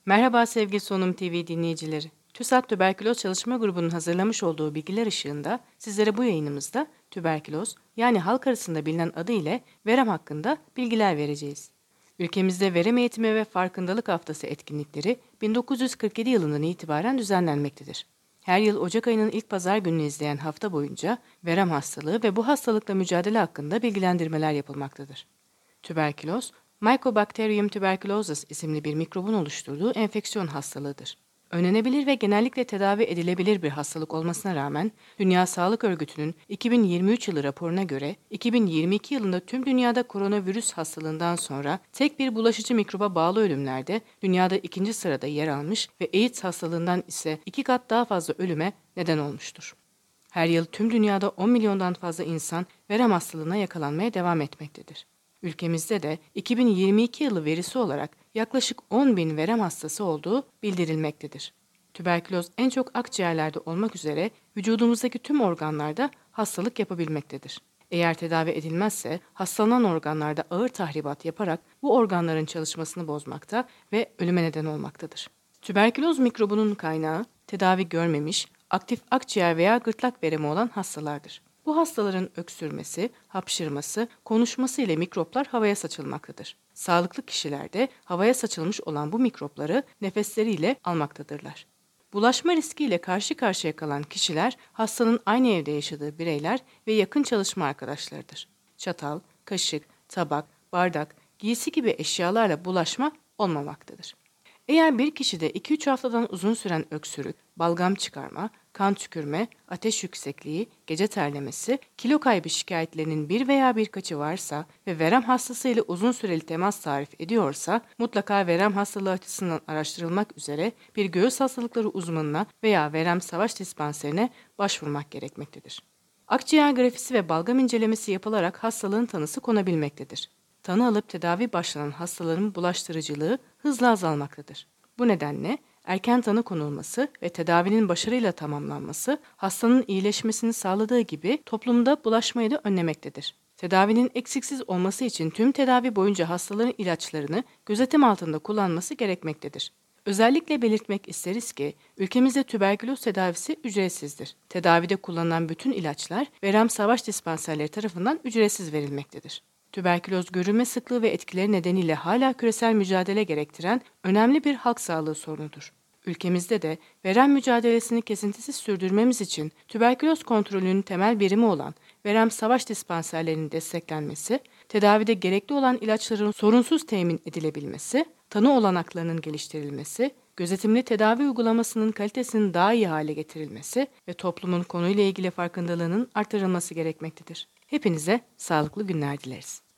Merhaba sevgili Sonum TV dinleyicileri. TÜSAT Tüberküloz Çalışma Grubu'nun hazırlamış olduğu bilgiler ışığında sizlere bu yayınımızda tüberküloz yani halk arasında bilinen adı ile verem hakkında bilgiler vereceğiz. Ülkemizde verem eğitimi ve farkındalık haftası etkinlikleri 1947 yılından itibaren düzenlenmektedir. Her yıl Ocak ayının ilk pazar gününü izleyen hafta boyunca verem hastalığı ve bu hastalıkla mücadele hakkında bilgilendirmeler yapılmaktadır. Tüberküloz, Mycobacterium tuberculosis isimli bir mikrobun oluşturduğu enfeksiyon hastalığıdır. Önlenebilir ve genellikle tedavi edilebilir bir hastalık olmasına rağmen Dünya Sağlık Örgütü'nün 2023 yılı raporuna göre 2022 yılında tüm dünyada koronavirüs hastalığından sonra tek bir bulaşıcı mikroba bağlı ölümlerde dünyada ikinci sırada yer almış ve AIDS hastalığından ise 2 kat daha fazla ölüme neden olmuştur. Her yıl tüm dünyada 10 milyondan fazla insan verem hastalığına yakalanmaya devam etmektedir. Ülkemizde de 2022 yılı verisi olarak yaklaşık 10 bin verem hastası olduğu bildirilmektedir. Tüberküloz en çok akciğerlerde olmak üzere vücudumuzdaki tüm organlarda hastalık yapabilmektedir. Eğer tedavi edilmezse hastalanan organlarda ağır tahribat yaparak bu organların çalışmasını bozmakta ve ölüme neden olmaktadır. Tüberküloz mikrobunun kaynağı tedavi görmemiş, aktif akciğer veya gırtlak veremi olan hastalardır. Bu hastaların öksürmesi, hapşırması, konuşması ile mikroplar havaya saçılmaktadır. Sağlıklı kişilerde havaya saçılmış olan bu mikropları nefesleriyle almaktadırlar. Bulaşma riskiyle karşı karşıya kalan kişiler hastanın aynı evde yaşadığı bireyler ve yakın çalışma arkadaşlarıdır. Çatal, kaşık, tabak, bardak, giysi gibi eşyalarla bulaşma olmamaktadır. Eğer bir kişide 2-3 haftadan uzun süren öksürük, balgam çıkarma, kan tükürme, ateş yüksekliği, gece terlemesi, kilo kaybı şikayetlerinin bir veya birkaçı varsa ve verem hastası ile uzun süreli temas tarif ediyorsa mutlaka verem hastalığı açısından araştırılmak üzere bir göğüs hastalıkları uzmanına veya verem savaş dispanserine başvurmak gerekmektedir. Akciğer grafisi ve balgam incelemesi yapılarak hastalığın tanısı konabilmektedir. Tanı alıp tedavi başlanan hastaların bulaştırıcılığı hızla azalmaktadır. Bu nedenle erken tanı konulması ve tedavinin başarıyla tamamlanması hastanın iyileşmesini sağladığı gibi toplumda bulaşmayı da önlemektedir. Tedavinin eksiksiz olması için tüm tedavi boyunca hastaların ilaçlarını gözetim altında kullanması gerekmektedir. Özellikle belirtmek isteriz ki ülkemizde tüberküloz tedavisi ücretsizdir. Tedavide kullanılan bütün ilaçlar verem savaş dispanserleri tarafından ücretsiz verilmektedir. Tüberküloz görülme sıklığı ve etkileri nedeniyle hala küresel mücadele gerektiren önemli bir halk sağlığı sorunudur. Ülkemizde de verem mücadelesini kesintisiz sürdürmemiz için tüberküloz kontrolünün temel birimi olan verem savaş dispanserlerinin desteklenmesi, tedavide gerekli olan ilaçların sorunsuz temin edilebilmesi, tanı olanaklarının geliştirilmesi, gözetimli tedavi uygulamasının kalitesinin daha iyi hale getirilmesi ve toplumun konuyla ilgili farkındalığının artırılması gerekmektedir. Hepinize sağlıklı günler dileriz.